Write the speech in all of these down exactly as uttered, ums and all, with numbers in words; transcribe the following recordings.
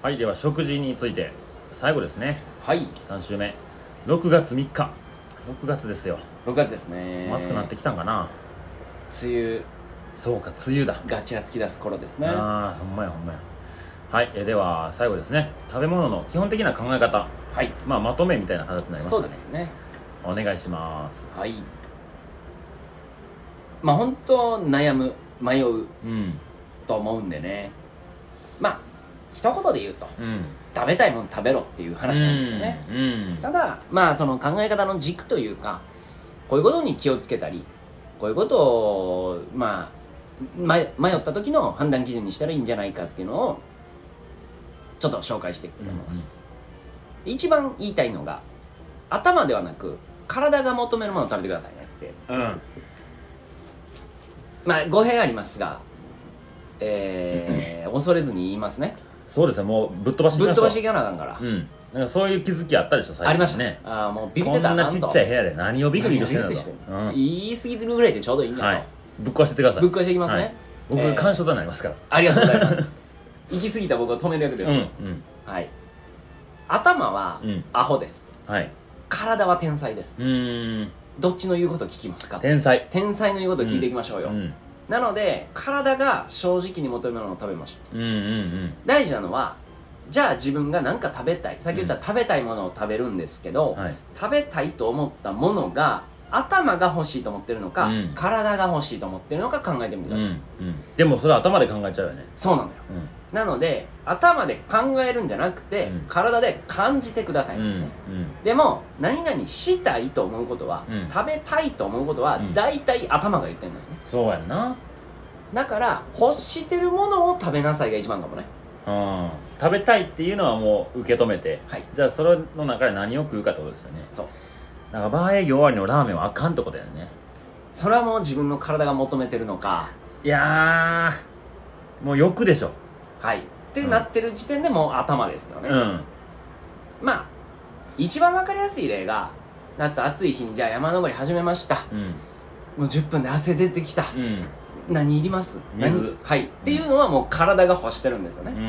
はい、では食事について最後ですね。 はい、 さん週目、ろくがつみっか。ろくがつですよ。 ろくがつですね。 暑くなってきたんかな。 梅雨そうか、梅雨だ。 がちらつき出す頃ですね。 ああ、ほんまやほんまや。はい、えでは最後ですね、食べ物の基本的な考え方、 はい、 まあ、まとめみたいな形になりましたね。 そうですね。 お願いします。 はい、まあ本当悩む迷ううんと思うんでね、まあ一言で言うと、 うん食べたいもの食べろっていう話なんですよね。 うんうんただまあその考え方の軸というか、こういうことに気をつけたり、こういうことをまあ迷迷った時の判断基準にしたらいいんじゃないかっていうのをちょっと紹介していきたいと思います。うんうん、一番言いたいのが、頭ではなく体が求めるものを食べてくださいねって。 うん、 まあ語弊ありますが、えー、恐れずに言いますね。 そうですね、もうぶっ飛ばしていきましょう。 ぶっ飛ばしていかなあかんから。 うん、なんかそういう気づきあったでしょ、最近ね。 ありましたね。ああ、もうビビってた。 こんなちっちゃい部屋で何をビクビクしてるんだと、 うん、言い過ぎてるぐらいでちょうどいいんだよ、 はい、ぶっ壊してください。 ぶっ壊していきますね、はい、 僕、えー、干渉座になりますから。 ありがとうございます行き過ぎた僕を止める役です。 うんうん、 はい、頭は、うん、アホです、 はい、 体は天才です。 うーん、 どっちの言うことを聞きますか。 天才。 天才の言うことを聞いていきましょうよ、うんうん、なので体が正直に求めるものを食べましょう。 うんうんうん、 大事なのは、じゃあ自分が何か食べたい、さっき言った食べたいものを食べるんですけど、うん、はい、食べたいと思ったものが頭が欲しいと思ってるのか、うん、体が欲しいと思ってるのか考えてみてください。うんうん、 でもそれは頭で考えちゃうよね。 そうなのよ、うん、なので頭で考えるんじゃなくて、うん、体で感じてください、ね、うんうん、でも何々したいと思うことは、うん、食べたいと思うことは、うん、大体頭が言ってるのよね。 そうやんな。 だから欲してるものを食べなさいが一番かもね。 うん、食べたいっていうのはもう受け止めて、はい、じゃあそれの中で何を食うかってことですよね。 そう、 なんかバー営業終わりのラーメンはあかんってことだよね。 それはもう自分の体が求めてるのか、 いやーもう欲でしょ。 はいってなってる時点でもう頭ですよね。 うん、 まあ一番分かりやすい例が、夏暑い日にじゃあ山登り始めました、うん、もうじゅっぷんで汗出てきた、うん、何いります？ 水。 はい、うん、っていうのはもう体が欲してるんですよね。うんうんうん、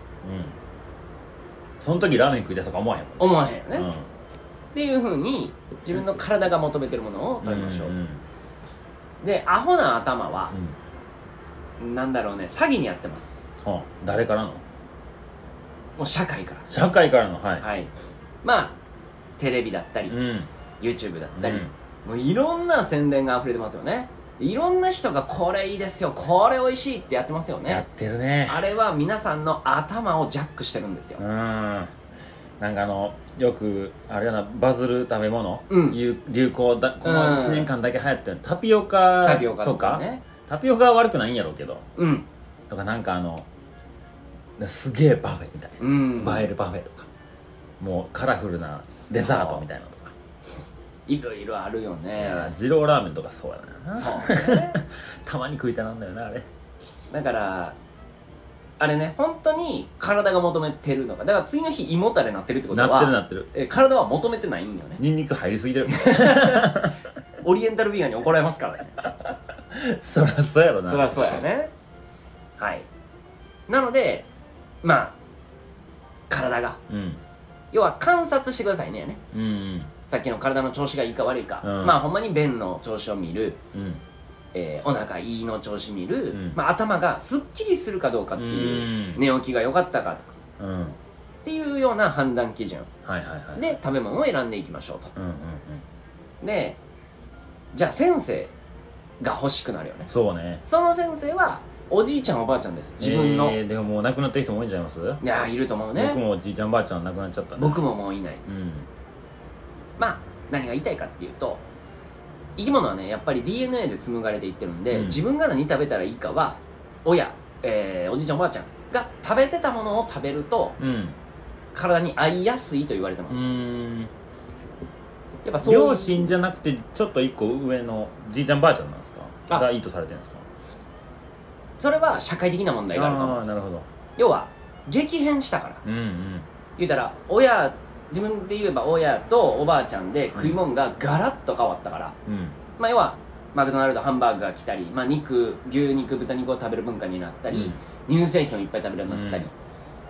その時ラーメン食いたいとか思わへんもんね。 思わへんよね、うん、っていうふうに自分の体が求めてるものを食べましょうと、うんうん、でアホな頭は、うん、なんだろうね、詐欺にやってます。 はあ、誰からの？もう社会から。 社会からの、はい、 はい、まあテレビだったり、うん、YouTube だったり、うん、もういろんな宣伝が溢れてますよね。いろんな人がこれいいですよ、これ美味しいってやってますよね。 やってるね。 あれは皆さんの頭をジャックしてるんですよ。 うん、なんかあのよくあれだな、バズる食べ物、うん、流行だ、このいちねんかんだけ流行ってる、うん、タピオカタピオカとか、 ね、 タピオカは悪くないんやろうけど、 うん、 とかなんかあのすげえパフェみたいな、うん、映えるパフェとか、もうカラフルなデザートみたいなのとかいろいろあるよね。 二郎ラーメンとかそうやな。 そうねたまに食いたなんだよなあれ。 だからあれね、本当に体が求めてるのか、だから次の日胃もたれなってるってことはなってるなってる、 え体は求めてないんよね。 ニンニク入りすぎてるオリエンタルビーガンに怒られますからねそりゃそうやろな。 そりゃそうやね。はい、なのでまあ体が、うん、要は観察してくださいね。ね、うんうん、さっきの体の調子がいいか悪いか、うん、まあほんまに便の調子を見る、うん、えー、お腹胃の調子見る、うん、まあ、頭がすっきりするかどうかっていう、うん、寝起きが良かったかとか、うん、っていうような判断基準、はいはいはい、で食べ物を選んでいきましょうと、うんうんうん、でじゃあ先生が欲しくなるよね。 そうね。 その先生はおじいちゃんおばあちゃんです。自分の、 えー、でももう亡くなってる人も多いんちゃいます？ いやいると思うね。 僕もおじいちゃんおばあちゃん亡くなっちゃったんで。 僕ももういない、うん、まあ何が言いたいかっていうと、生き物はねやっぱり ディーエヌエー で紡がれていってるんで、うん、自分が何食べたらいいかは親、えー、おじいちゃんおばあちゃんが食べてたものを食べると、うん、体に合いやすいと言われてます。うーん、 やっぱそういう両親じゃなくてちょっと一個上のじいちゃんばあちゃんなんですかがいいとされてるんですか？ それは社会的な問題があるかも。 あ、なるほど。 要は激変したから、うんうん、言うたら親、自分で言えば親とおばあちゃんで食い物がガラッと変わったから、うん、まあ要はマクドナルドハンバーグが来たり、まあ、肉牛肉豚肉を食べる文化になったり、うん、乳製品をいっぱい食べるようになったり、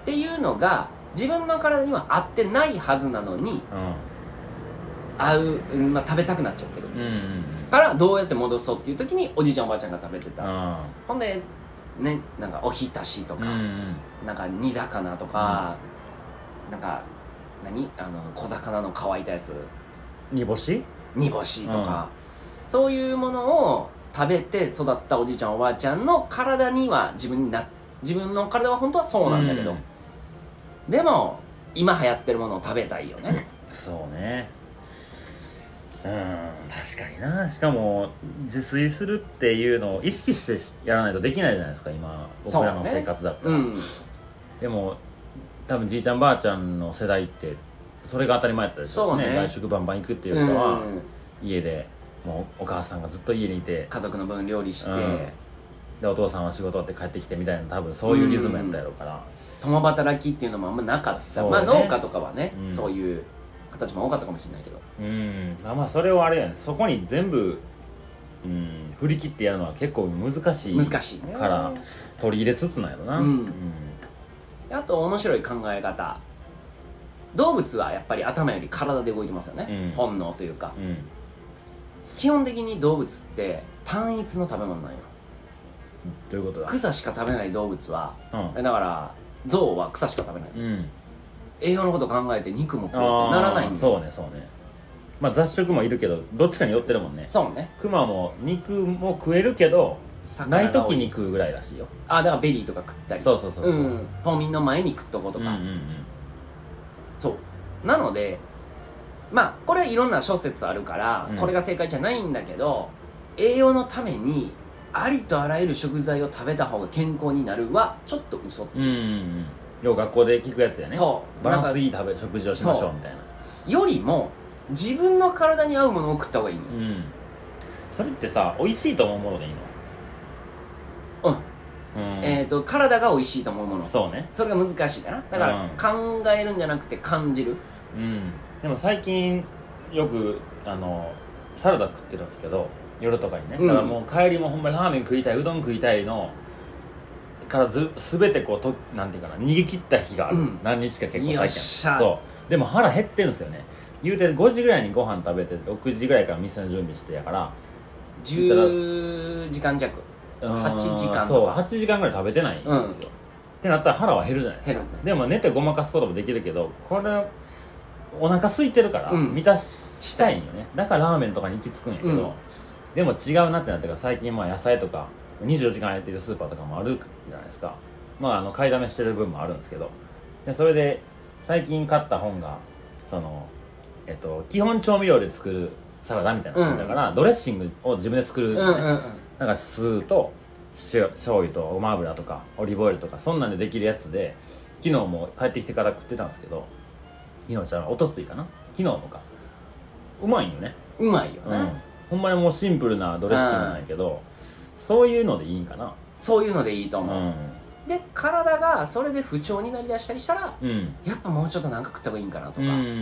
っていうのが自分の体には合ってないはずなのに、うん、合う、まあ、食べたくなっちゃってる、うんうんうん、からどうやって戻そうっていう時におじいちゃんおばあちゃんが食べてた、うん、ほんでね、なんかおひたしとか、うんうん、なんか煮魚とか、うん、なんか何あの小魚の乾いたやつ煮干し煮干しとか、うん、そういうものを食べて育ったおじいちゃんおばあちゃんの体には自分にな自分の体は本当はそうなんだけど、うん、でも今流行ってるものを食べたいよねそうね、うん、確かにな。しかも自炊するっていうのを意識してやらないとできないじゃないですか今僕らの生活だったら、ねうん、でも多分じいちゃんばあちゃんの世代ってそれが当たり前だったでしょうしね、外食バンバン行くっていうことは、うん、家でもうお母さんがずっと家にいて家族の分料理して、うん、 でお父さんは仕事終わって帰ってきてみたいな多分そういうリズムやったやろうから、 うん、共働きっていうのもあんまなかった、ね、まあ農家とかはね、うん、そういう形も多かったかもしれないけどうんまあそれをあれやねそこに全部、うん、振り切ってやるのは結構難しい難しいから取り入れつつなんやろな、うんうん、あと面白い考え方動物はやっぱり頭より体で動いてますよね、うん、本能というか、うん、基本的に動物って単一の食べ物なんよ。 どういうことだ。 草しか食べない動物は、うん、だから象は草しか食べない、うん、栄養のこと考えて肉も食うってならないんだよ。 そうねそうねまあ雑食もいるけどどっちかに寄ってるもんね。 そうねクマも肉も食えるけどない時に食うぐらいらしいよ。 あだからベリーとか食ったりそうそうそうそう、うん、 冬眠の前に食っとこうとか、うんうんうん、そうなのでまあこれいろんな諸説あるから、うん、これが正解じゃないんだけど栄養のためにありとあらゆる食材を食べた方が健康になるはちょっと嘘っていう、うんうんうん、 よう学校で聞くやつやね。そうバランスいい食べ食事をしましょうみたいなよりも自分の体に合うものを食った方がいいの、うん、 それってさ美味しいと思うものでいいの。 うん、うん、えーと体が美味しいと思うものそうねそれが難しいかな。だから考えるんじゃなくて感じる、 うん、でも最近よくあのサラダ食ってるんですけど夜とかにね、うん、だからもう帰りもほんまにラーメン食いたいうどん食いたいのからず全てこうとなんていうかな逃げ切った日がある、うん、何日か結構最近そうでも腹減ってるんですよね。言うてごじぐらいにご飯食べてろくじぐらいから店の準備してやからじゅうじかん弱はちじかんとかそうはちじかんぐらい食べてないんですよ、うん、ってなったら腹は減るじゃないですか、ね、でも寝てごまかすこともできるけどこれお腹空いてるから満たしたいんよね、うん、だからラーメンとかに行き着くんやけど、うん、でも違うなってなってから最近まあ野菜とかにじゅうよじかんやってるスーパーとかもあるじゃないですか。まああの買いだめしてる分もあるんですけどでそれで最近買った本がそのえっと基本調味料で作るサラダみたいな感じだから、うん、ドレッシングを自分で作る、ねうんうんうん、なんか酢と塩醤油とごま油とかオリーブオイルとかそんなんでできるやつで昨日も帰ってきてから食ってたんですけど昨日じゃあおとついかな昨日のかうまいんよね。 うまいよね、うん、 ほんまにもうシンプルなドレッシングなんやけど、うん、そういうのでいいんかな。 そういうのでいいと思う、うん、で体がそれで不調になりだしたりしたら、うん、やっぱもうちょっとなんか食った方がいいんかなとか、うんうんうんうん、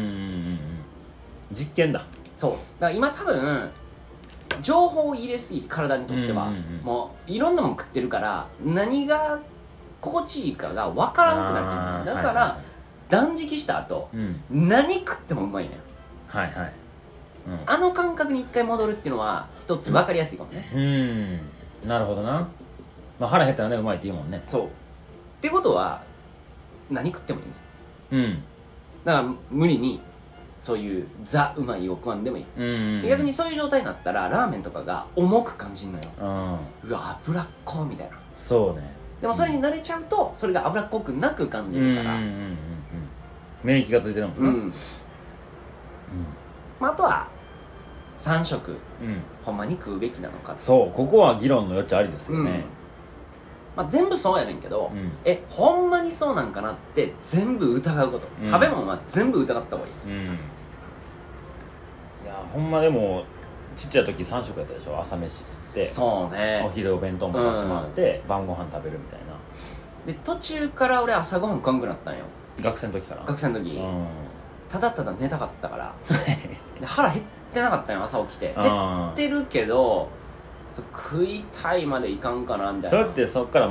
実験だ。 そうだから今多分情報を入れすぎて体にとっては、うんうんうん、もういろんなもの食ってるから何が心地いいかが分からなくなってる。だから、はいはい、断食した後、うん、何食ってもうまいねん。 はいはい、 うん、あの感覚に一回戻るっていうのは一つ分かりやすいかもね。 うんなるほどな。まあ、腹減ったらねうまいって言うもんね。 そうってことは何食ってもいいね。うんだから無理にそういうザうまいを食わんでもいい、うんうんうん、逆にそういう状態になったらラーメンとかが重く感じるのよ、うん、うわ脂っこみたいな。 そうね。 でもそれに慣れちゃうとそれが脂っこくなく感じるから、うんうんうんうん、 免疫がついてるもんね、うんうんまあ、あとはさん食、うん、ほんまに食うべきなのか。 そうここは議論の余地ありですよね、うんまあ、全部そうやねんけど、うん、えほんまにそうなんかなって全部疑うこと、うん、食べ物は全部疑った方がいい、うん、いやほんまでもちっちゃい時さん食やったでしょ。朝飯食ってそうねお昼お弁当も出してもらって、うん、晩ご飯食べるみたいな。 で途中から俺朝ごはん食わんくなったんよ。 学生の時から。 学生の時、うん、ただただ寝たかったからで腹減ってなかったんよ朝起きて。減ってるけど食いたいまでいかんかなみたいな。 それってそっからまあ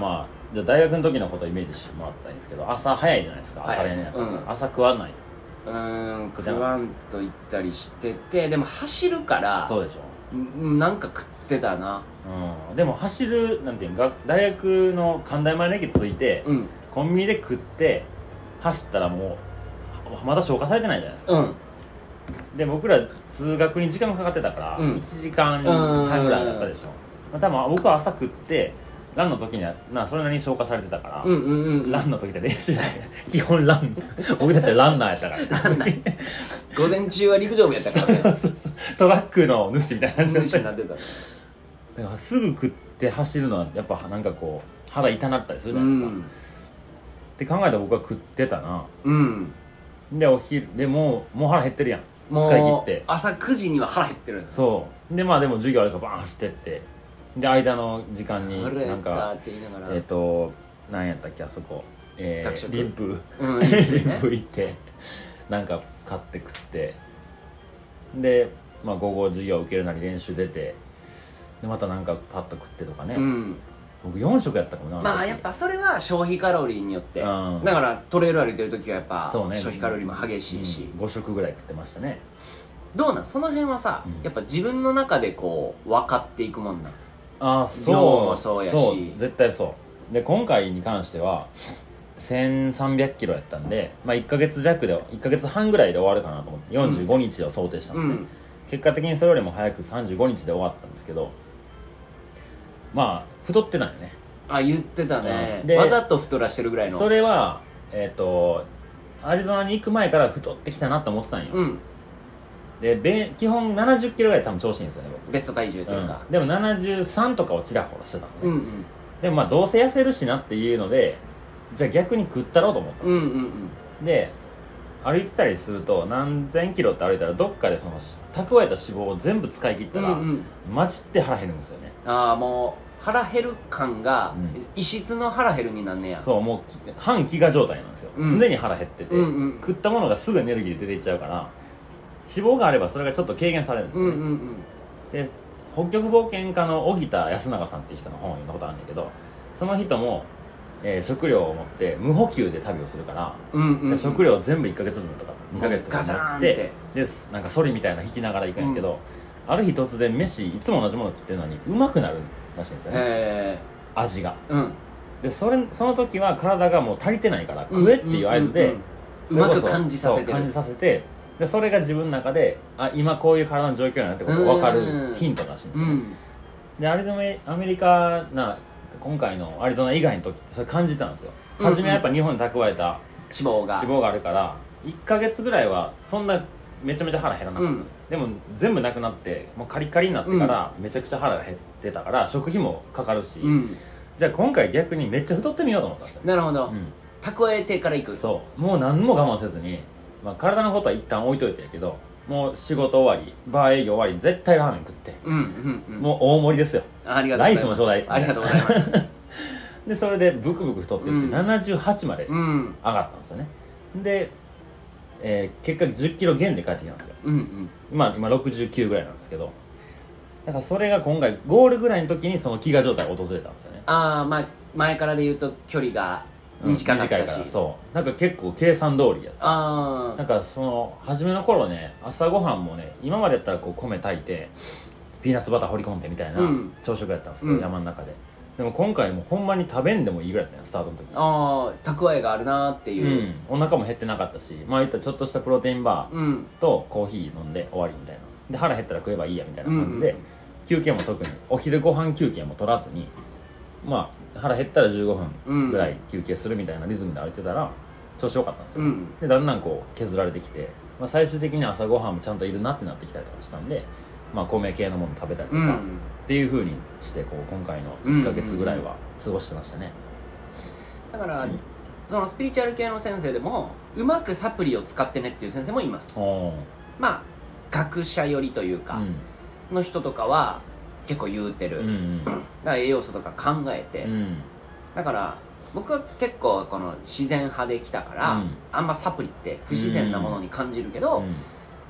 じゃあ大学の時のことをイメージしてもらったらいいんですけど、朝早いじゃないですか、朝練やったから、うん、朝食わない。 うーん、食わんと言ったりしてて、でも走るから。 そうでしょ。 なんか食ってたな。 うん、でも走るなんていうか、大学の関大前の駅着いて、うん、コンビニで食って走ったらもうまだ消化されてないじゃないですか、うん、で僕ら通学に時間がかかってたから、うん、いちじかんはんぐらいだったでしょ、まあ、多分僕は朝食ってランの時にはなそれなりに消化されてたから、うんうんうん、ランの時って練習基本ラン僕たちはランナーやったから午前中は陸上部やったからねそうそうそうトラックの主みたいな感じ主になってた、ね、 だからすぐ食って走るのはやっぱなんかこう腹痛なったりするじゃないですか、うん、って考えたら僕は食ってたな、うん、でお昼でもうもう腹減ってるやん、もう使い切って朝くじには腹減ってるんです。 そうでまあでも授業あるからバーン走ってってで間の時間になんかえっと何やったっけあそこ、えー、リンプ、うん、リンプ行ってなんか買って食ってで、まあ、午後授業受けるなり練習出てでまたなんかパッと食ってとかね、うん、僕よん食やったかもな。 まあやっぱそれは消費カロリーによって、うん、だからトレイル歩いてる時はやっぱそう、ね、消費カロリーも激しいし、 うん、ご食ぐらい食ってましたね。 どうなんその辺はさ、うん、やっぱ自分の中でこう分かっていくもんなん。 ああそう量もそうやしそう絶対そうで今回に関してはせんさんびゃくキロやったんで、まあ、いっかげつ弱でいっかげつはんぐらいで終わるかなと思ってよんじゅうごにちを想定したんですね、うん、結果的にそれよりも早くさんじゅうごにちで終わったんですけどまあ太ってないよね。 あ言ってたね、うん、でわざと太らしてるぐらいの。 それはえっ、ー、とアリゾナに行く前から太ってきたなと思ってたんよ、うんで基本ななじゅっキロぐらい多分調子いいんですよね僕。 ベスト体重というか、 うん、でもななじゅうさんとかをちらほらしてたのね、うんうん、でもまあどうせ痩せるしなっていうのでじゃあ逆に食ったろうと思ったんですよ、うんうんうん、で歩いてたりすると何千キロって歩いたらどっかでその蓄えた脂肪を全部使い切ったら、うんうん、マジって腹減るんですよね。 ああもう腹減る感が異質の腹減るになんねや、 うん、そうもう半飢餓状態なんですよ、うん、常に腹減ってて、うんうん、食ったものがすぐエネルギーで出ていっちゃうから脂肪があればそれがちょっと軽減されるんですよね、うんうんうん、で北極冒険家の荻田康永さんっていう人の本を読んだことあるんだけどその人も、えー、食料を持って無補給で旅をするから、うんうんうん、食料を全部いっかげつぶんとかにかげつとか持ってでなんかソリみたいな引きながら行くんやけど、うん、ある日突然飯いつも同じもの食ってるのにうまくなるらしいんですよね味が、うん、でそれその時は体がもう足りてないから食えっていう合図で、 うんうんうんうん、うまく感じさせてる感じさせてでそれが自分の中であ今こういう体の状況になってことが分かるヒントらしいんですよ、うん、でアリゾナアメリカな今回のアリゾナ以外の時ってそれ感じてたんですよ、うんうん、初めはやっぱ日本で蓄えた脂肪が脂肪があるからいっかげつぐらいはそんなめちゃめちゃ腹減らなかったんです、うん、でも全部なくなってもうカリカリになってからめちゃくちゃ腹が減ってたから食費もかかるし、うん、じゃあ今回逆にめっちゃ太ってみようと思ったんですよ。 なるほど、うん、蓄えてからいく。 そうもう何も我慢せずにまあ、体のことは一旦置いといてやけどもう仕事終わりバー営業終わり絶対ラーメン食って、うんうんうん、もう大盛りですよ。 ありがとうございます。ライスもちょうだいありがとうございますでそれでブクブク太ってって、うん、ななじゅうはちまで上がったんですよね、うん、で、えー、結果じゅっキロ減で帰ってきたんですよ、うんうん、まあ今ろくじゅうきゅうぐらいなんですけどだからそれが今回ゴールぐらいの時にその飢餓状態が訪れたんですよね。 ああまあ前からで言うと距離が短かったし、うん、短いからそうなんか結構計算通りやったんですよ。あなんかその初めの頃ね朝ごはんもね今までやったらこう米炊いてピーナッツバター掘り込んでみたいな朝食やったんですけど、うん、山の中ででも今回もほんまに食べんでもいいぐらいだったよスタートの時。 ああ蓄えがあるなっていう、 うん、お腹も減ってなかったしまあ言ったらちょっとしたプロテインバーとコーヒー飲んで終わりみたいなで腹減ったら食えばいいやみたいな感じで、うんうん、休憩も特にお昼ご飯休憩も取らずにまあ腹減ったらじゅうごふんぐらい休憩するみたいなリズムで歩いてたら調子良かったんですよ、うん、でだんだんこう削られてきて、まあ、最終的に朝ごはんもちゃんといるなってなってきたりとかしたんで、まあ、米系のもの食べたりとか、うん、っていう風にしてこう今回のいっかげつぐらいは過ごしてましたね。 だから、うん、そのスピリチュアル系の先生でもうまくサプリを使ってねっていう先生もいます。まあ学者寄りというか、うん、の人とかは結構言うてる、うんうん、だから栄養素とか考えて、うん、だから僕は結構この自然派できたから、うん、あんまサプリって不自然なものに感じるけど、うん、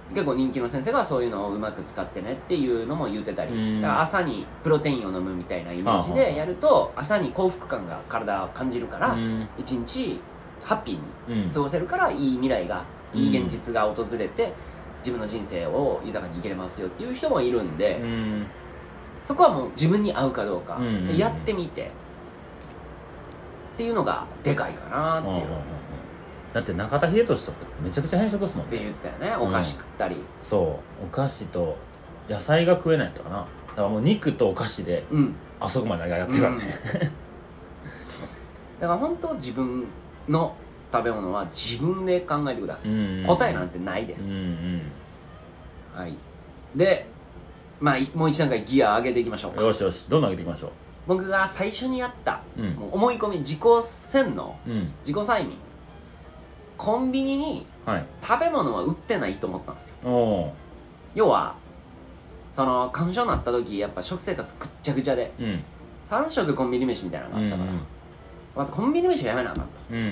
結構人気の先生がそういうのをうまく使ってねっていうのも言ってたり、だから朝にプロテインを飲むみたいなイメージでやると朝に幸福感が体を感じるから一日ハッピーに過ごせるからいい未来がいい現実が訪れて自分の人生を豊かに生きれますよっていう人もいるんで、そこはもう自分に合うかどうかやってみてっていうのがでかいかなっていう。 だって中田英寿とかめちゃくちゃ変色っすもんね。 って言ってたよね、お菓子食ったり、うん、 そうお菓子と野菜が食えないとかな。だからもう肉とお菓子で、うん、あそこまでやってるからね、うん、だから本当自分の食べ物は自分で考えてください、うんうん、答えなんてないです、うんうん、はいでまあもう一段階ギア上げていきましょうか。 よしよし、どんどん上げていきましょう。 僕が最初にやった、うん、もう思い込み自己洗脳、うん、自己催眠、コンビニに食べ物は売ってないと思ったんですよ、はい、要はその花粉症になった時やっぱ食生活ぐっちゃぐちゃで、うん、さん食コンビニ飯みたいなのがあったから、うんうん、まずコンビニ飯がやめなあかんと、うん、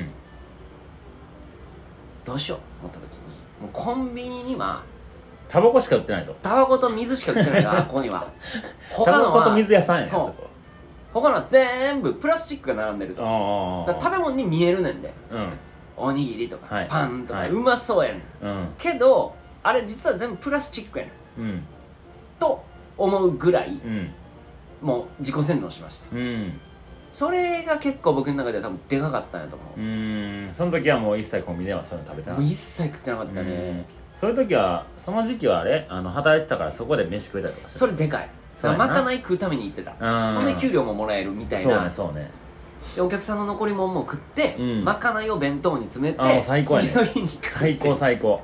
どうしようと思った時にもうコンビニにはタバコしか売ってないと。 タバコと水しか売ってないからここには他のはタバコと水屋さんやねん。そこ他のは全部プラスチックが並んでると。だから食べ物に見えるねんで、うんおにぎりとか、はい、パンとか、はい、うまそうやねん、うん、けどあれ実は全部プラスチックやねん、うん、と思うぐらい、うん、もう自己洗脳しました、うん、それが結構僕の中では多分でかかったんやと思う。うーんその時はもう一切コンビニではそういうの食べてなかった。 もう一切食ってなかったね。 そういう時はその時期はあれあの働いてたからそこで飯食えたりとかして。 それでかい。まかない食うために行ってた。ほんで給料ももらえるみたいな。 そうねそうね。 でお客さんの残り物も食って、うん、まかないを弁当に詰めて、 あもう最高やね。 次の日に食って最高最高。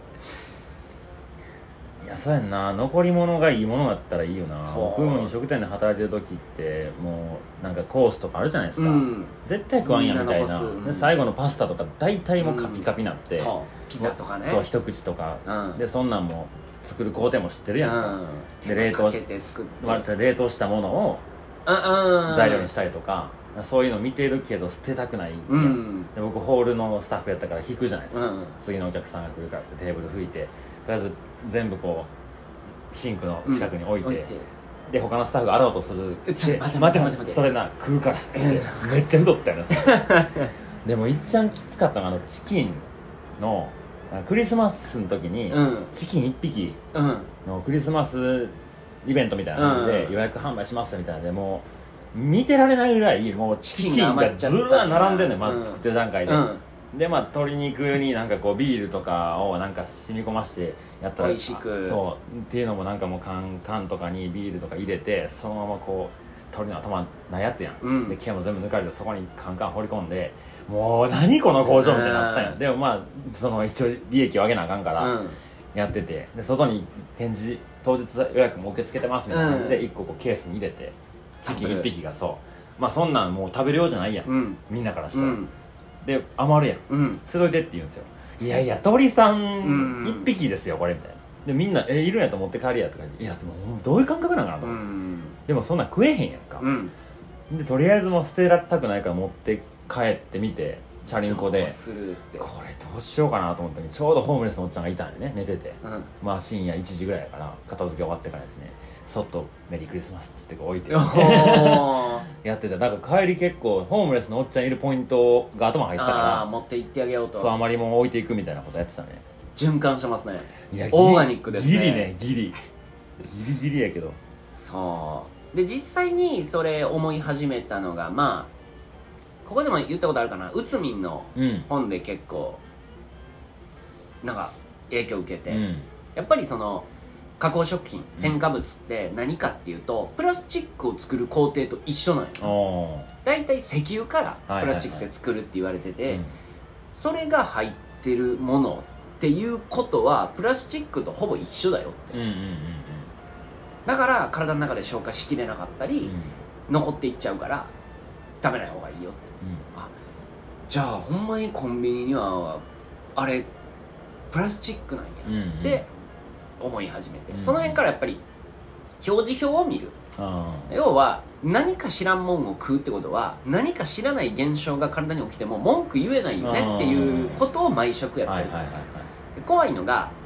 いやそうやんな、残り物がいいものだったらいいよな。僕も飲食店で働いてる時ってもうなんかコースとかあるじゃないですか、うん、絶対食わんやみたいな、うん、で最後のパスタとか大体もうカピカピになって、うん、 そうピザとかね、 そう一口とか、うん、でそんなんも作る工程も知ってるやんか、うん、で冷凍冷凍したものを材料にしたりとか、そういうの見てるけど捨てたくない、うん、で僕ホールのスタッフやったから引くじゃないですか、うん、次のお客さんが来るからってテーブル拭いてとりあえず全部こうシンクの近くに置いて、うん、置いてで他のスタッフが洗おうとするちょっと待って待って待ってそれな食うからっつってめっちゃ太ったよねでもいっちゃんきつかったのがあのチキンのクリスマスの時にチキンいっぴきのクリスマスイベントみたいな感じで予約販売しますみたいなでもう見てられないぐらいもうチキンがずら並んでんのよ、まず作ってる段階で、うんうん、でまあ鶏肉になんかこうビールとかをなんか染み込ましてやったら美味しくそうっていうのもなんかもう缶缶とかにビールとか入れてそのままこう鶏の頭ないやつやん、うん、で毛も全部抜かれてそこにカンカン放り込んでもう何この工場みたいになったんや、うん、でもまあその一応利益を上げなあかんからやっててで外に展示当日予約も受け付けてますみたいな感じでいっここうケースに入れてチキンいっぴきがそうまあそんなんもう食べるようじゃないやん、うん、みんなからしたら、うん、で余るやん、うん、捨てといてって言うんですよ。いやいや鳥さんいっぴきですよこれみたいなでみんなえいるんやと思って帰りやとか言っていやでもどういう感覚なんかなと思って、うん、でもそんなん食えへんやんか、うん、でとりあえずもう捨てられたくないから持って帰ってみてチャリンコでこれどうしようかなと思ったけどちょうどホームレスのおっちゃんがいたんでね寝てて、うん、まあ深夜いちじぐらいやから片付け終わってからですねそっとメリークリスマスっつってこう置いてやってた。だから帰り結構ホームレスのおっちゃんいるポイントが頭入ったからあ持って行ってあげようとそうあまりも置いていくみたいなことやってたね。 循環してますね。 いやオーガニックですね。 ギリねギリギリギリやけどそうで実際にそれ思い始めたのがまあここでも言ったことあるかなうつみんの本で結構なんか影響を受けて、うん、やっぱりその加工食品添加物って何かっていうと、うん、プラスチックを作る工程と一緒なんよ。だいたい石油からプラスチックで作るって言われてて、はいはいはい、それが入ってるものっていうことはプラスチックとほぼ一緒だよって、うんうんうんうん、だから体の中で消化しきれなかったり、うん、残っていっちゃうから食べない方がいいよって、うん、あじゃあほんまにコンビニにはあれプラスチックなんや、うんうん、って思い始めて、うん、その辺からやっぱり表示表を見る。要は何か知らんもんを食うってことは何か知らない現象が体に起きても文句言えないよねっていうことを毎食やってる。怖いのが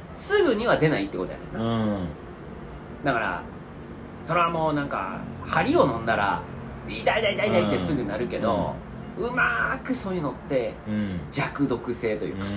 すぐには出ないってことやねんな、 うん、 だからそれはもうなんか針を飲んだら痛い痛い痛い痛いってすぐなるけど、うん、うまーくそういうのって弱毒性というか、うん、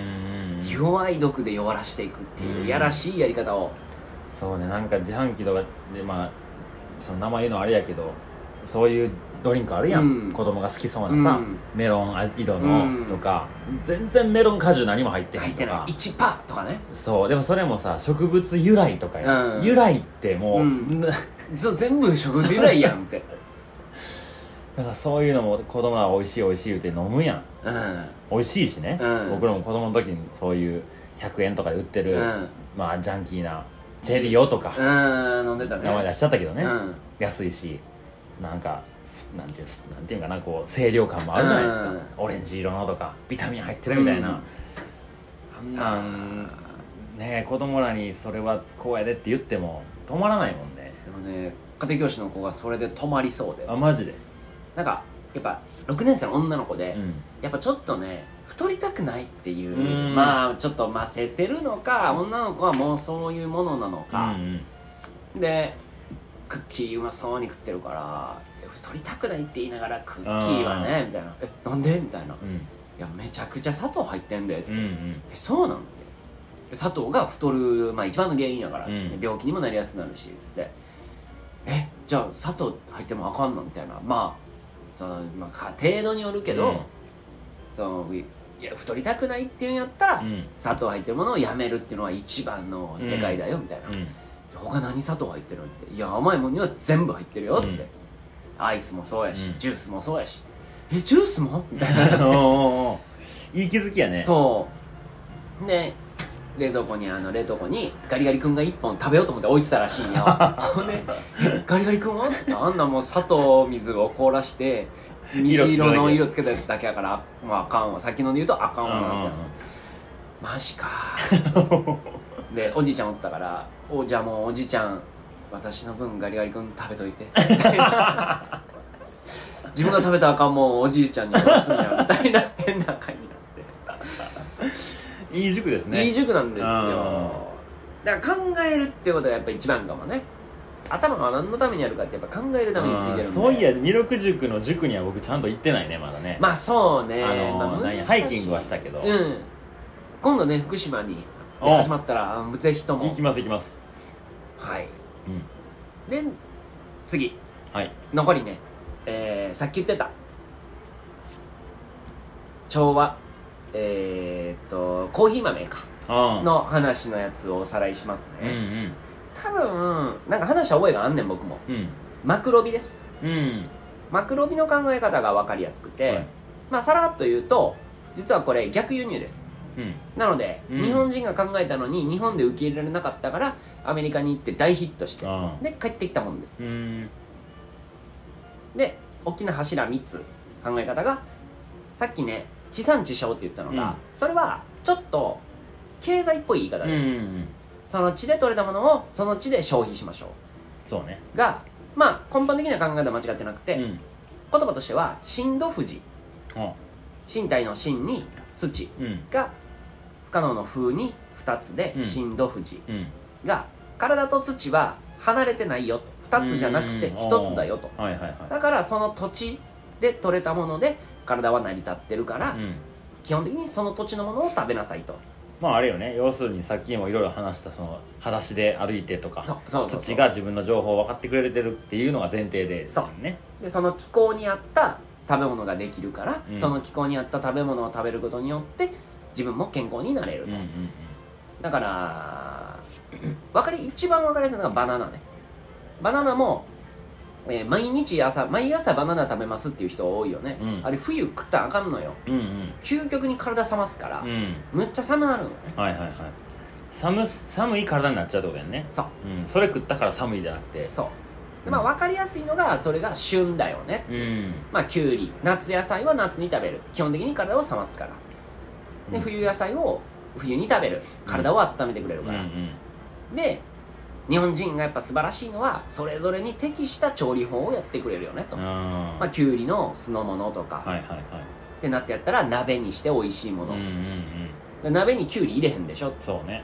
弱い毒で弱らしていくっていうやらしいやり方を、 そうね、なんか自販機とかでまあその名前言うのはあれやけどそういうドリンクあるやん、うん、子供が好きそうなさ、うん、メロン色の、うん、とか全然メロン果汁何も入ってへんとかいちパーセント とかね。 そうでもそれもさ植物由来とかや、うん、由来ってもう、うん、 そう全部植物由来やんってだからそういうのも子供らは美味しい美味しい言うて飲むやん、うん、美味しいしね、うん、僕らも子供の時にそういうひゃくえんとかで売ってる、うん、まあジャンキーなチェリオとか、 うん、飲んでたね、 名前出しちゃったけどね、うん、安いしなんかなんていうなんていうかなこう清涼感もあるじゃないですか、うん、オレンジ色のとかビタミン入ってるみたいな、うん、あんなんねえ子供らにそれはこうやでって言っても止まらないもんね。 でもね家庭教師の子がそれで止まりそうで、 あマジでなんかやっぱろくねん生の女の子で、うん、やっぱちょっとね太りたくないっていう、うん、まあちょっとませてるのか女の子はもうそういうものなのか、うんうん、でクッキーうまそうに食ってるから太りたくないって言いながらクッキーはねみたいな、えなんでみたいな、うん、いやめちゃくちゃ砂糖入ってんでって、うんうん、えそうなんで砂糖が太る、まあ、一番の原因やからですね、うん、病気にもなりやすくなるしつってえじゃあ砂糖入ってもあかんのみたいな、まあその、まあ、程度によるけど、うん、そのいや太りたくないっていうんやったら、うん、砂糖入ってるものをやめるっていうのは一番の正解だよ、みたいな、うん、他何砂糖入ってるのって、いや甘いものには全部入ってるよって、うん、アイスもそうやし、うん、ジュースもそうやし、えジュースもみたいないい気づきやね。 そうで冷蔵庫にあの冷凍庫にガリガリ君がいっぽん食べようと思って置いてたらしいんよほんでガリガリ君はあんなもう砂糖水を凍らして水色の色つけたやつだけやからもうあかんわ、さっきので言うとあかんわなんて、うんうん、マジかでおじいちゃんおったからおじゃあもうおじいちゃん私の分ガリガリ君食べといて自分が食べたらあかんもんおじいちゃんに渡すんやみたいな変な会になっていい塾ですね。 いい塾なんですよ。だから考えるってことがやっぱ一番かもね。頭が何のためにやるかってやっぱ考えるためについてるんで。 そういや弥勒塾の塾には僕ちゃんと行ってないねまだね。 まあそうね、 あのーまあ、何ハイキングはしたけど、うん、 今度ね福島に始まったらぜひとも行きます行きます。 はい、うん、で次、 はい、 残りね、えー、さっき言ってた調和えー、っとコーヒー豆かの話のやつをおさらいしますね、うんうん、多分なんか話した覚えがあんねん僕も、うん、マクロビです、うん、マクロビの考え方が分かりやすくて、はい、まあさらっと言うと実はこれ逆輸入です、うん、なので、うん、日本人が考えたのに日本で受け入れられなかったからアメリカに行って大ヒットしてで帰ってきたもんです、うん、で大きな柱みっつ考え方がさっきね地産地消って言ったのが、うん、それはちょっと経済っぽい言い方です、うんうんうん、その地で採れたものをその地で消費しましょうそうねがまあ根本的な考え方は間違ってなくて、うん、言葉としては震土富士、うん、身体の震に土が、うん、不可能の風にふたつで震土富士、うん、が体と土は離れてないよとふたつじゃなくてひとつだよと、はいはいはい、だからその土地で採れたもので体は成り立ってるから、うん、基本的にその土地のものを食べなさいと。 まああれよね、要するにさっきもいろいろ話したその裸足で歩いてとか土が自分の情報を分かってくれてるっていうのが前提で、 そうね。でその気候に合った食べ物ができるから、うん、その気候に合った食べ物を食べることによって自分も健康になれると、うんうんうん、だから分かり一番分かりやすいのがバナナね。バナナもえー、毎日朝毎朝バナナ食べますっていう人多いよね、うん、あれ冬食ったらあかんのよ、うんうん、究極に体冷ますから、うん、むっちゃ寒なるのね。 はいはいはい。寒寒い体になっちゃうってことやね。 そう、 うん、それ食ったから寒いじゃなくて、 そうで、まあ、分かりやすいのがそれが旬だよね、うん、まあきゅうり夏野菜は夏に食べる基本的に体を冷ますからで、うん、冬野菜を冬に食べる体を温めてくれるから、うんうんうん、で日本人がやっぱ素晴らしいのはそれぞれに適した調理法をやってくれるよねと、まあ、きゅうりの酢の物とか、はいはいはい、で夏やったら鍋にして美味しいもの、うんうんうん、で鍋にきゅうり入れへんでしょ。 そうね。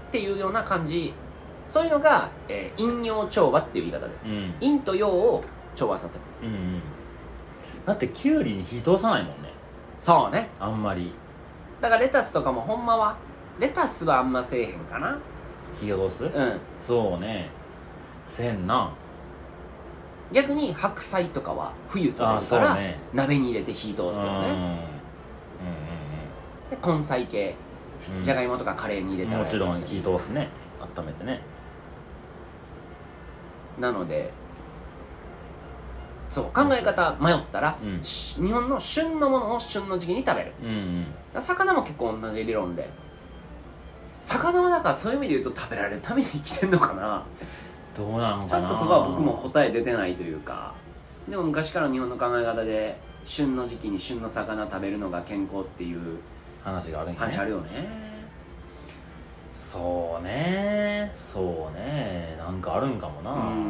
っていうような感じ、そういうのが、えー、陰陽調和っていう言い方です、うん、陰と陽を調和させる、うんうん、 だってキュウリに火通さないもんね。 そうね、 あんまり。 だからレタスとかもほんまはレタスはあんませえへんかな。 火を通す？うん、そうね、せんな。 逆に白菜とかは冬とかから、ね、鍋に入れて火通すよね。うんうんうんうん、で根菜系、うん、じゃがいもとかカレーに入れたらもちろん火通すね、温めてね。 なのでそう考え方迷ったら、うん、日本の旬のものを旬の時期に食べる、うんうん、魚も結構同じ理論で、魚はだからそういう意味で言うと食べられるために生きてんのかな。 どうなのかな。 ちょっとそこは僕も答え出てないというか、でも昔から日本の考え方で旬の時期に旬の魚食べるのが健康っていう話があるんやね。 話あるよね。 そうね、そうね、なんかあるんかもな。うん、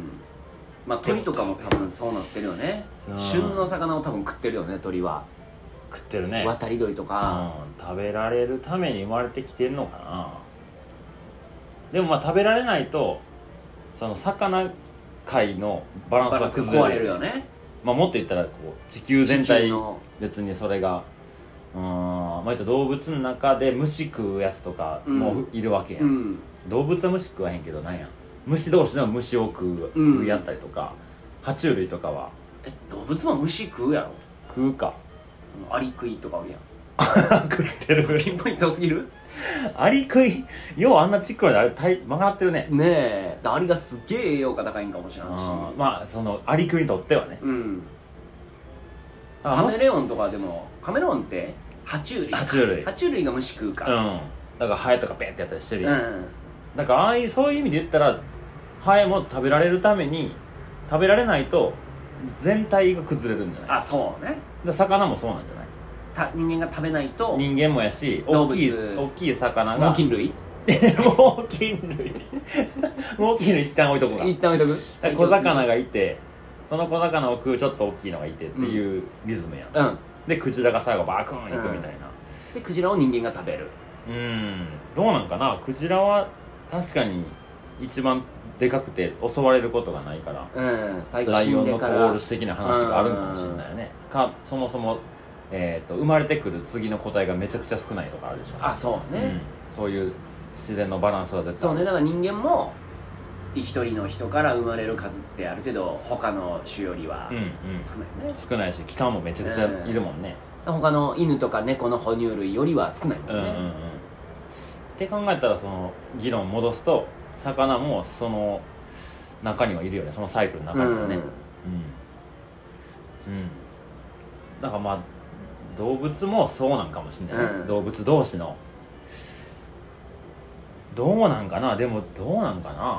まあ鳥とかも多分そうなってるよね。旬の魚を多分食ってるよね、鳥は。 食ってるね。 渡り鳥とか、 うん、食べられるために生まれてきてんのかな。でもまあ食べられないとその魚界のバランスが崩れる。 壊れるよね。 まあもっと言ったらこう地球全体別にそれがうーん、まあ言ったら動物の中で虫食うやつとかもいるわけやん、うん、動物は虫食わへんけどなんや虫同士でも虫を食う、うん、食いやったりとか、爬虫類とかはえ動物も虫食うやろ。 食うか。 アリ食いとかあるやん。 食ってる。 ピンポイントすぎる。 アリ食いようあんなちっこいのあれ曲がってるね。 ねえ、アリがすっげえ栄養価高いんかもしれんし、 まあそのアリ食いにとってはね、うん、 カメレオンとかでもカメレオンって爬虫類爬虫類爬虫類が虫食うか、うん、 だからハエとかペッてやったりしてるやん、うん、だからああいうそういう意味で言ったらハエも食べられるために食べられないと全体が崩れるんじゃない。 あ、そうね。 で魚もそうなんじゃない。 た人間が食べないと。 人間もやし大きい大きい魚が猛禽類猛禽類猛禽類一旦置いとこうか。 一旦置いとく。小魚がいてその小魚を食うちょっと大きいのがいてっていうリズムやん、うん、でクジラが最後バークーンいくみたいな、 うん、でクジラを人間が食べる。 うん、どうなんかな。クジラは確かに一番でかくて襲われることがないから、うん、最後ライオンのコールス的な話があるんかもしれないよね、うん、かそもそも、えー、と生まれてくる次の個体がめちゃくちゃ少ないとかあるでしょ。 あ、そうね、うん、 そういう自然のバランスは絶対そうね。だから人間も一人の人から生まれる数ってある程度他の種よりは少ないね、うんうん、 少ないし期間もめちゃくちゃいるもんね、 うん、他の犬とか猫の哺乳類よりは少ないもんね、うんうんうん、 って考えたらその議論戻すと魚もその中にはいるよね、そのサイクルの中にはね、うん、うんうん、だからまあ動物もそうなんかもしれない、うん、動物同士のどうなんかな。でもどうなんかな。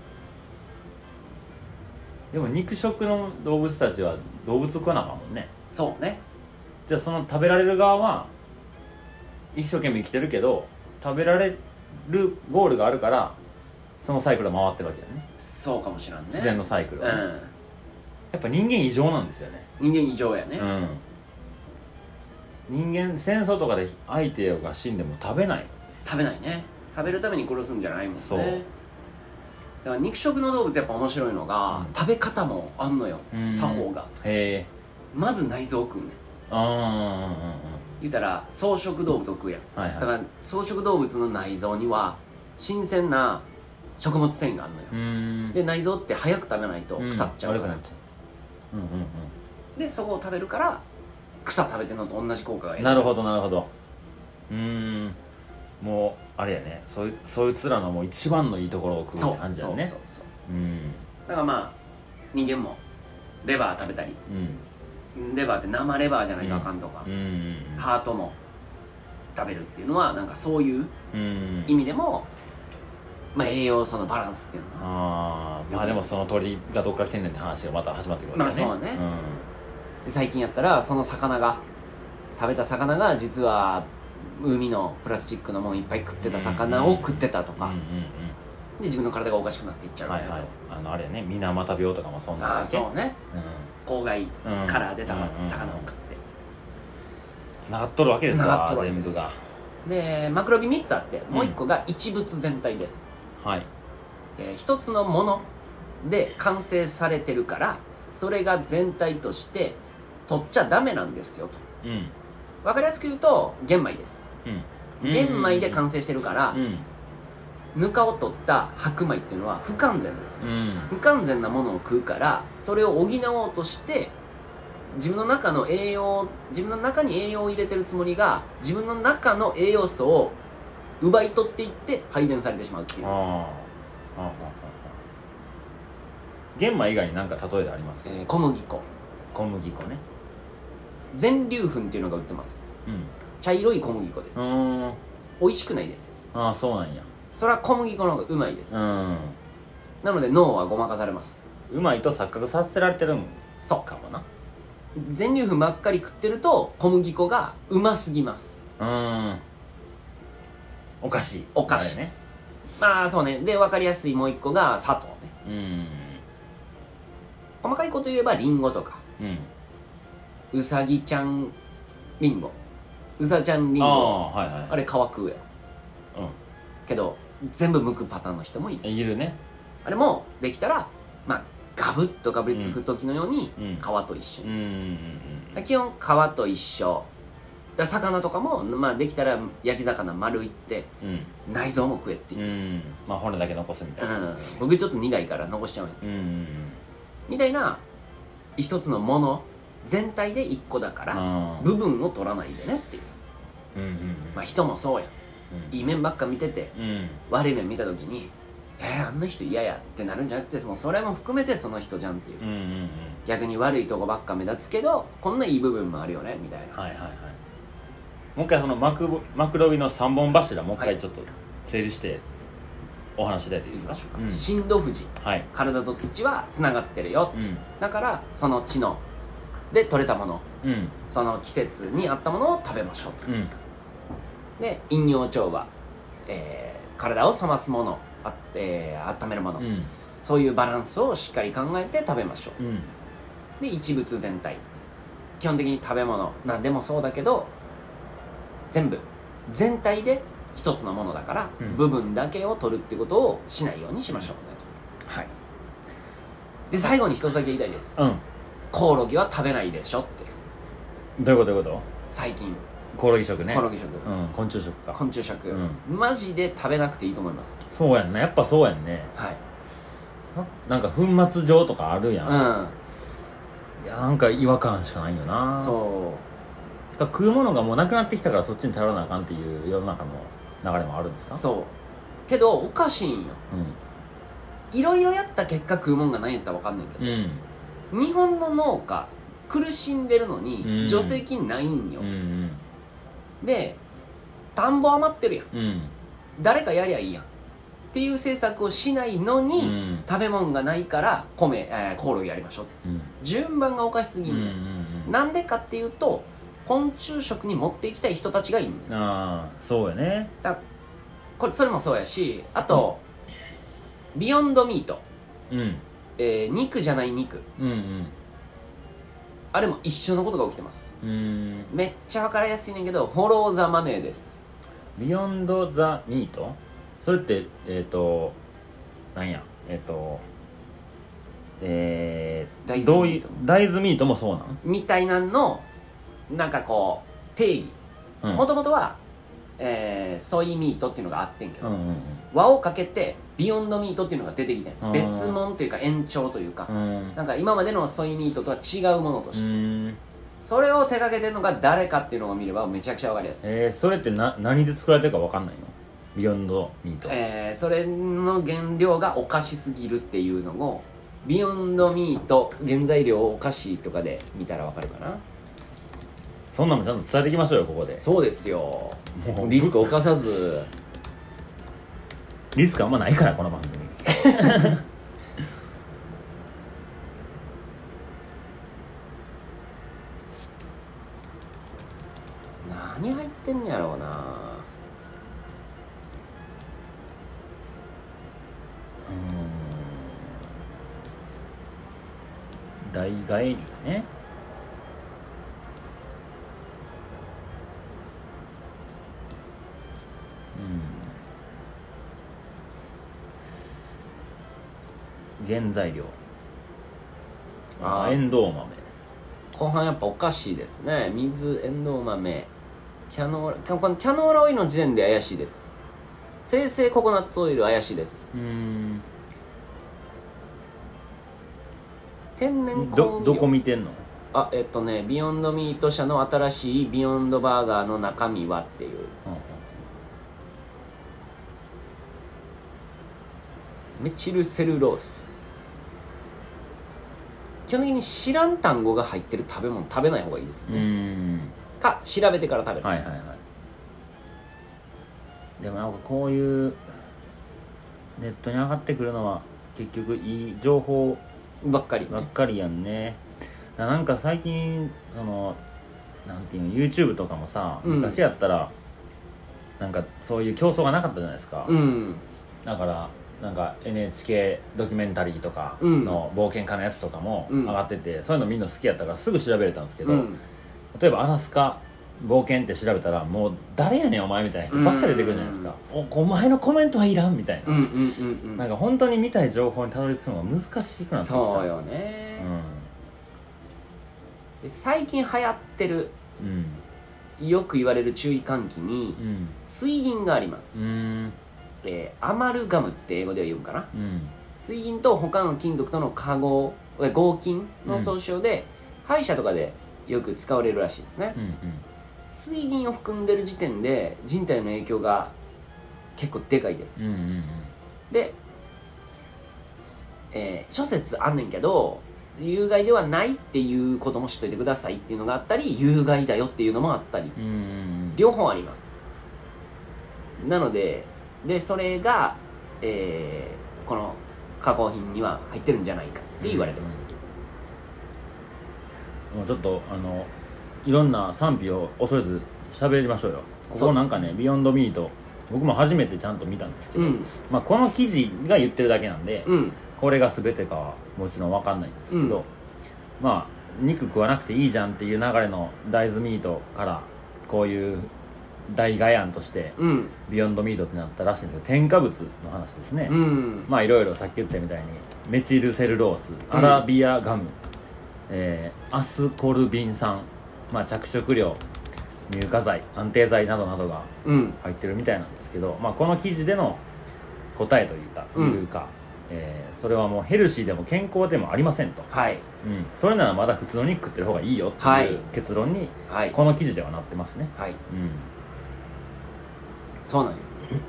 でも肉食の動物たちは動物食わなあかんもんね。 そうね。 じゃあその食べられる側は一生懸命生きてるけど食べられるゴールがあるからそのサイクルが回ってるわけだね。 そうかもしれんね。 自然のサイクルは、ね、うん、やっぱ人間異常なんですよね。 人間異常やね、 うん、人間戦争とかで相手が死んでも食べない。 食べないね。食べるために殺すんじゃないもんね。そうだから肉食の動物やっぱ面白いのが、うん、食べ方もあんのよ、作法が。へえ。まず内臓を食うね。ああ、言うたら草食動物を食うやん、はいはい、だから草食動物の内臓には新鮮な食物繊維があるのよ。うんで内臓って早く食べないと腐っちゃうから、うん、悪くなっちゃう、うんうんうん、でそこを食べるから草食べてるのと同じ効果が得る。 なるほどなるほど。うーんもうあれやね、そいそいつらのもう一番のいいところを食うって感じだよね。そうそうそうそう、うん、 だからまあ人間もレバー食べたり、うん、レバーって生レバーじゃないとあかんとか、うん、ハートも食べるっていうのはなんかそういう意味でも、まあ、栄養素のバランスっていうのは。 あまあでもその鳥がどっから来てんねんって話がまた始まってくるわけね。 まあそうね、うん、で最近やったらその魚が食べた魚が実は海のプラスチックのもんいっぱい食ってた魚を食ってたとか、うんうんうん、で自分の体がおかしくなっていっちゃう。はいはい、あのあれね水俣病とかもそんなんだっけ。あそうね、うん、公害から出た魚を食って、 つながっとるわけですわ全部が。 でマクロビみっつあって、もういっこが一物全体です。 はい。 えー、一つのもので完成されてるから、それが全体として取っちゃダメなんですよと。うん。わかりやすく言うと玄米です。うん。玄米で完成してるから、うん、ぬかを取った白米っていうのは不完全です、うん、不完全なものを食うから、それを補おうとして自分の中の栄養自分の中に栄養を入れてるつもりが、自分の中の栄養素を奪い取っていって排便されてしまうっていう。ああ、ああ、ああ。 玄米以外に何か例えであります？ えー、小麦粉。 小麦粉ね。 全粒粉っていうのが売ってます、うん、茶色い小麦粉です。うん、美味しくないです。 ああ、そうなんや。 それは小麦粉の方がうまいです。うん、なので脳はごまかされます。 うまいと錯覚させられてるんかもな。 全粒粉ばっかり食ってると小麦粉がうますぎます。うん、 おかしいおかしいね。まあそうね。で分かりやすいもう一個が砂糖ね。うん、細かいこと言えばリンゴとか、うん、うさぎちゃんリンゴ、うさちゃんリンゴ、あ、はいはい、あれ皮食うやろ、うん、けど全部剥くパターンの人もいるいるね。 あれもできたらまあガブッとかぶりつく時のように、うん、皮と一緒に、うんうんうん、基本皮と一緒だ。魚とかも、まあ、できたら焼き魚丸いって、うん、内臓も食えっていう、うん、 まあ骨だけ残すみたいな、うん、 僕ちょっと苦いから残しちゃうんや、うんうん、みたいな一つのもの全体で一個だから部分を取らないでねっていう、うんうんうん、まあ人もそうや、うん、いい面ばっか見てて、うん、悪い面見た時にえー、あんな人嫌やってなるんじゃなくて、もうそれも含めてその人じゃんっていう、うんうんうん、逆に悪いとこばっか目立つけどこんないい部分もあるよねみたいな。はいはいはい。 もう一回そのマクマクロビのさんぼん柱もう一回ちょっと整理してお話しいただいていいですか？ うん、震度富士、はい、体と土はつながってるよ、うん、だからその地ので取れたもの、うん、その季節に合ったものを食べましょうと、うん、で陰陽調和、えー、体を冷ますもの、あ、えー、温めるもの、うん、そういうバランスをしっかり考えて食べましょう、うん、で一物全体、基本的に食べ物何でもそうだけど全部全体で一つのものだから、うん、部分だけを取るってことをしないようにしましょうねと。はい。で最後に一つだけ言いたいです、うん、コオロギは食べないでしょって。 どういうことどういうこと？ 最近コオロギ食ね。 コオロギ食、 うん、昆虫食か。 昆虫食、うん、マジで食べなくていいと思います。 そうやんな、やっぱそうやんね。はい。なんか粉末状とかあるやん。うん。いやなんか違和感しかないよな。そう。食うものがもうなくなってきたからそっちに頼らなあかんっていう世の中の流れもあるんですか？そうけどおかしいんよ、うん、いろいろやった結果食うもんがないんやったら分かんないけど、うん、日本の農家苦しんでるのに助成金ないんよ、うんうん、で田んぼ余ってるやん、うん、誰かやりゃいいやんっていう政策をしないのに、うん、食べ物がないから米、えー、コオロギやりましょうって、うん、順番がおかしすぎんね、うんうんうん、なんでかっていうと昆虫食に持っていきたい人たちがいるんだよ。ああ、そうやね。だこれそれもそうやし、あと、うん、ビヨンドミート、うんえー、肉じゃない肉、うんうん、あれも一緒のことが起きてます。うーんめっちゃ分かりやすいねんけど、フォローザマネーです。 ビヨンドザミート？それってえっ、ー、となんやえっ、ー、とえー、どういう大豆ミートもそうなんみたいなんのなんかこう定義、もともとは、えー、ソイミートっていうのがあってんけど、うんうんうん、輪をかけてビヨンドミートっていうのが出てきてん、うん、別物というか延長というか、うん、なんか今までのソイミートとは違うものとして、うん、それを手掛けてるのが誰かっていうのを見ればめちゃくちゃ分かりやすい。 えー、それってな何で作られてるか分かんないの？ビヨンドミート、 えー、それの原料がおかしすぎるっていうのをビヨンドミート原材料おかしいとかで見たら分かるかな。 そんなのちゃんと伝えていきましょうよ、ここで。 そうですよ、もうリスクを冒さず。 リスクあんまないからこの番組何入ってんやろうな。 うん、大概理ね。 原材料あエンドウ豆後半やっぱおかしいですね。水、エンドウ豆、キャノーラ、このキャノーラオイルの時点で怪しいです。生成ココナッツオイル怪しいです。 うーん天然香料どどこ見てんの？ あえっとねビヨンドミート社の新しいビヨンドバーガーの中身はっていう、うん、メチルセルロース。基本的に知らん単語が入ってる食べ物食べない方がいいですね。 うんか調べてから食べる。 はいはいはい。でもなんかこういうネットに上がってくるのは結局いい情報ばっかり、ね、 ばっかりやんね。なんか最近そのなんていうの YouTube とかもさ、うん、昔やったらなんかそういう競争がなかったじゃないですか、 うん、 だからなんか エヌエイチケー ドキュメンタリーとかの冒険家のやつとかも上がってて、うん、そういうのみんな好きやったからすぐ調べれたんですけど、うん、例えばアラスカ冒険って調べたらもう誰やねんお前みたいな人ばっかり出てくるじゃないですか、うん、お, お前のコメントはいらんみたいな、うんうんうんうん、なんか本当に見たい情報にたどり着くのが難しくなってきた。 そうよね、うん、で最近流行ってる、うん、よく言われる注意喚起に、うん、水銀があります、うんえー、アマルガムって英語では言うんかな、うん、水銀と他の金属との化合合金の総称で、うん、歯医者とかでよく使われるらしいですね、うんうん、水銀を含んでる時点で人体の影響が結構でかいです、うんうんうん、で、えー、諸説あんねんけど有害ではないっていうことも知っといてくださいっていうのがあったり有害だよっていうのもあったり、うんうんうん、両方あります。なのででそれが、えー、この加工品には入ってるんじゃないかって言われてます、 うん、もうちょっとあのいろんな賛否を恐れず喋りましょうよ。ここなんかねビヨンドミート僕も初めてちゃんと見たんですけど、うんまあ、この記事が言ってるだけなんで、うん、これが全てかはもちろん分かんないんですけど、うん、まあ肉食わなくていいじゃんっていう流れの大豆ミートからこういう代替案としてビヨンドミートってなったらしいんですけど、添加物の話ですね、うん、まあいろいろさっき言ったみたいにメチルセルロース、アラビアガム、うんえー、アスコルビン酸、まあ、着色料、乳化剤、安定剤などなどが入ってるみたいなんですけど、うんまあ、この記事での答えというか、うん、いうかえー、それはもうヘルシーでも健康でもありませんと、はいうん、それならまだ普通の肉食ってる方がいいよっていう結論に、はい、この記事ではなってますね、はいうん、 そうなんよ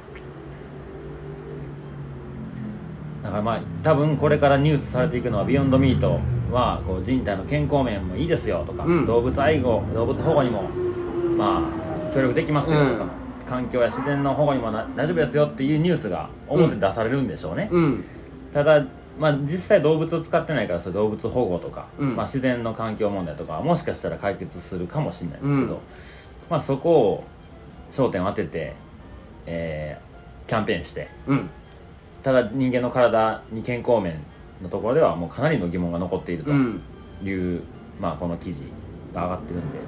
だからまあ多分これからニュースされていくのはビヨンドミートはこう人体の健康面もいいですよとか、うん、動物愛護動物保護にもまあ協力できますよとか、うん、環境や自然の保護にもな大丈夫ですよっていうニュースが表で出されるんでしょうね、うんうんただ、まあ、実際動物を使ってないからそれ動物保護とか、うんまあ、自然の環境問題とかもしかしたら解決するかもしれないですけど、うんまあ、そこを焦点を当てて、えー、キャンペーンして、うん、ただ人間の体に健康面のところではもうかなりの疑問が残っているという、うんまあ、この記事が上がってるんで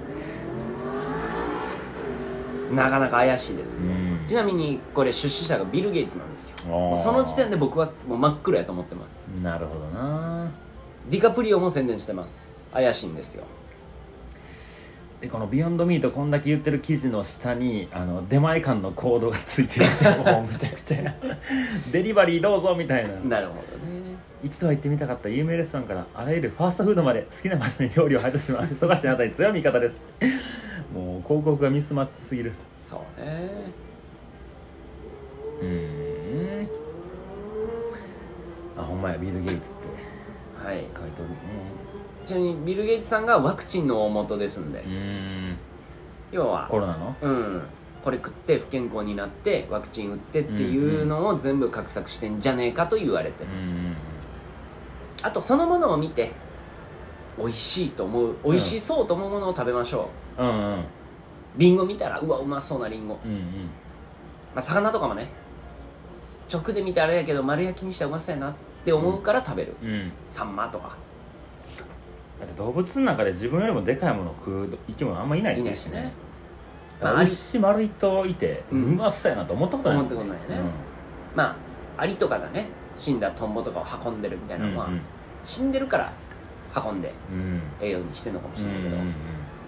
なかなか怪しいですよ、うん、ちなみにこれ出資者がビル・ゲイツなんですよ。その時点で僕はもう真っ黒やと思ってます。 なるほどな。 ディカプリオも宣伝してます。怪しいんですよ。 でこのビヨンドミートこんだけ言ってる記事の下にあの出前館のコードがついてるってもうむちゃくちゃやデリバリーどうぞみたいな。 なるほどね。 一度は行ってみたかった有名レストランからあらゆるファーストフードまで好きな場所に料理を配達します忙しいあなたに強い味方ですもう広告がミスマッチすぎる。 そうね。 うーんあほんまやビル・ゲイツってはい書いておるね。 ちなみにビル・ゲイツさんがワクチンの大元ですんで、うーん要はコロナのうんこれ食って不健康になってワクチン打ってっていうのを全部画策してんじゃねえかと言われてます、うんうん、あとそのものを見て美味しいと思う美味しそうと思うものを食べましょう。うんうんリンゴ見たらうわうまそうなリンゴ、うんうんまあ、魚とかもね直で見てあれやけど丸焼きにしたらうまそうやなって思うから食べる、うんうん、サンマとかだって動物の中で自分よりもでかいものを食う生き物あんまいないですしね。だから牛丸一頭いて、うん、うまそうやなと思ったことない、 思ったことないよね、うん、まあアリとかがね死んだトンボとかを運んでるみたいなのは、 うんうん、 死んでるから運んでうん栄養にしてんのかもしれないけど、 うんうんうん、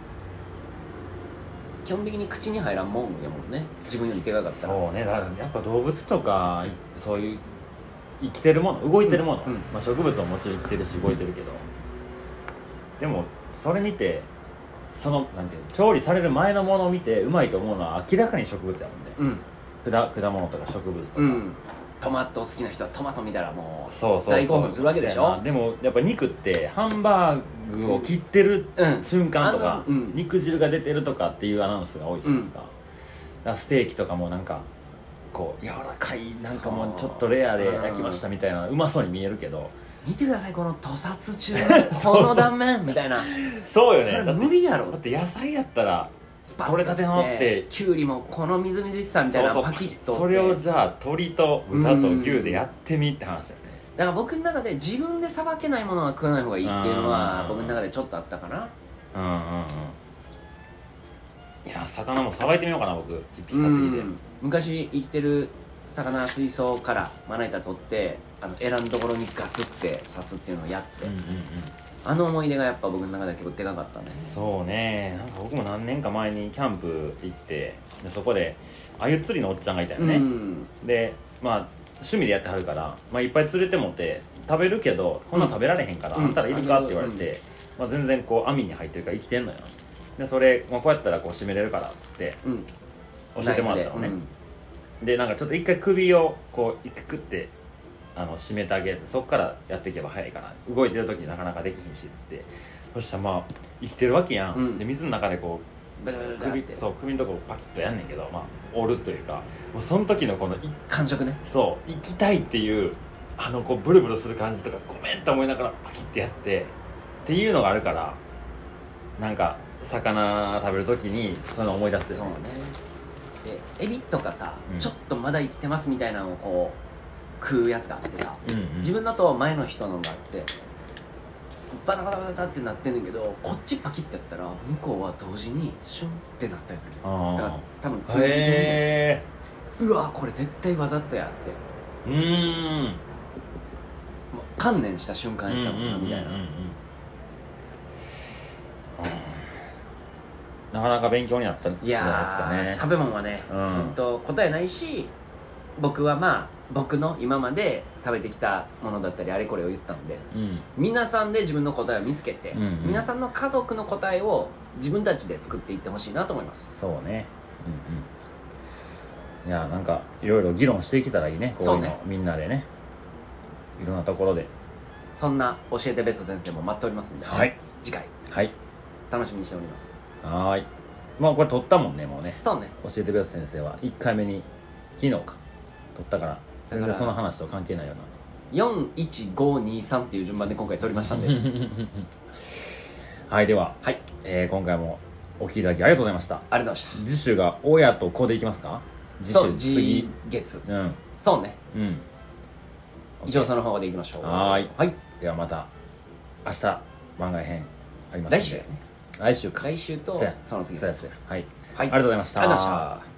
基本的に口に入らんもんやもんね、自分よりでかかったら。 そうね、だからやっぱ動物とかそういう生きてるもの、動いてるもの、 うんうん、 まあ、植物ももちろん生きてるし動いてるけど、でもそれ見てそのなんていうの、調理される前のものを見てうまいと思うのは明らかに植物やもんね、うん、果, 果物とか植物とか、うん、 トマト好きな人はトマト見たらもうそうそうそう大興奮するわけでしょ。 でもやっぱ肉ってハンバーグを切ってる瞬間とか、うんうん、肉汁が出てるとかっていうアナウンスが多いじゃないですか、うん、だからステーキとかもなんかこう柔らかい、なんかもうちょっとレアで焼きましたみたいな、うまそうに見えるけど、 見てくださいこの屠殺中のこの断面みたいなそうよね、 それ無理やろ。 だって野菜やったらスパッ取れたてのってきゅうりもこのみずみずしさみたいなパキッと、 それをじゃあ鶏と豚と牛でやってみって話だよね。 だから僕の中で自分でさばけないものは食わない方がいいっていうのは僕の中でちょっとあったかな。うんうんうん。 いや魚もさばいてみようかな、僕一匹買ってきて。 昔生きてる魚水槽からまな板取ってあの選んだところにガツって刺すっていうのをやって、うんうんうん、あの思い出がやっぱ僕の中で結構でかかったね。 そうね、なんか僕も何年か前にキャンプ行ってでそこで鮎釣りのおっちゃんがいたよね、うん、でまあ趣味でやってはるから、まあ、いっぱい釣れてもって食べるけどこんなん食べられへんから、うん、あんたらいるかって言われて、うんまあ、全然こう網に入ってるから生きてんのよ。でそれ、まあ、こうやったらこう締めれるからっつって、うん、教えてもらったのね、うん、でなんかちょっと一回首をこう一回クッてあの締めてあげて、そこからやっていけば早いから動いてる時になかなかできひんしっつって、そしたらまあ生きてるわけやん、うん、で水の中でこう首そう首のとこパキッとやんねんけど、まあ折るというか、もうその時のこの感触ね、 そう生きたいっていうあのこうブルブルする感じとかごめんと思いながらパキッてやってっていうのがあるから、なんか魚食べる時にそういうの思い出すよね。 そうね。でエビとかさ、うん、ちょっとまだ生きてますみたいなのをこう食うやつがあってさ、うんうん、自分だと前の人のがあってバタバタバタってなってんねんけど、こっちパキッてやったら向こうは同時にシュンってなったりする。だから多分通じてる、うわこれ絶対わざとやってうーん観念した瞬間やったもんなみたいな。 なかなか勉強になったんじゃないですかね。 食べ物はね、うん、うんと答えないし、僕はまあ僕の今まで食べてきたものだったりあれこれを言ったんで、うん、皆さんで自分の答えを見つけて、うんうん、皆さんの家族の答えを自分たちで作っていってほしいなと思います。 そうね、うんうん、いやなんかいろいろ議論していけたらいいね、こういうの、ね、みんなでね、いろんなところで。 そんな教えてベスト先生も待っておりますんで、 はい、 次回、 はい、 楽しみにしております。 はい、まあこれ撮ったもんね、もうね。 そうね、 教えてベスト先生はいっかいめに昨日か撮ったから全然その話と関係ないよな。 よんいちごにさんっていう順番で今回撮りましたんではい、では、 はいえー、今回もお聞きいただきありがとうございました。 ありがとうございました。 次週が親と子でいきますか。次週次月、 うん、 そうね、 うん、 以上その方でいきましょう。 はい、 はい、 ではまた明日番外編ありますので。 来週やね。 来週か。 来週とその次です。 はい、 はい、 ありがとうございました。 ありがとうございました。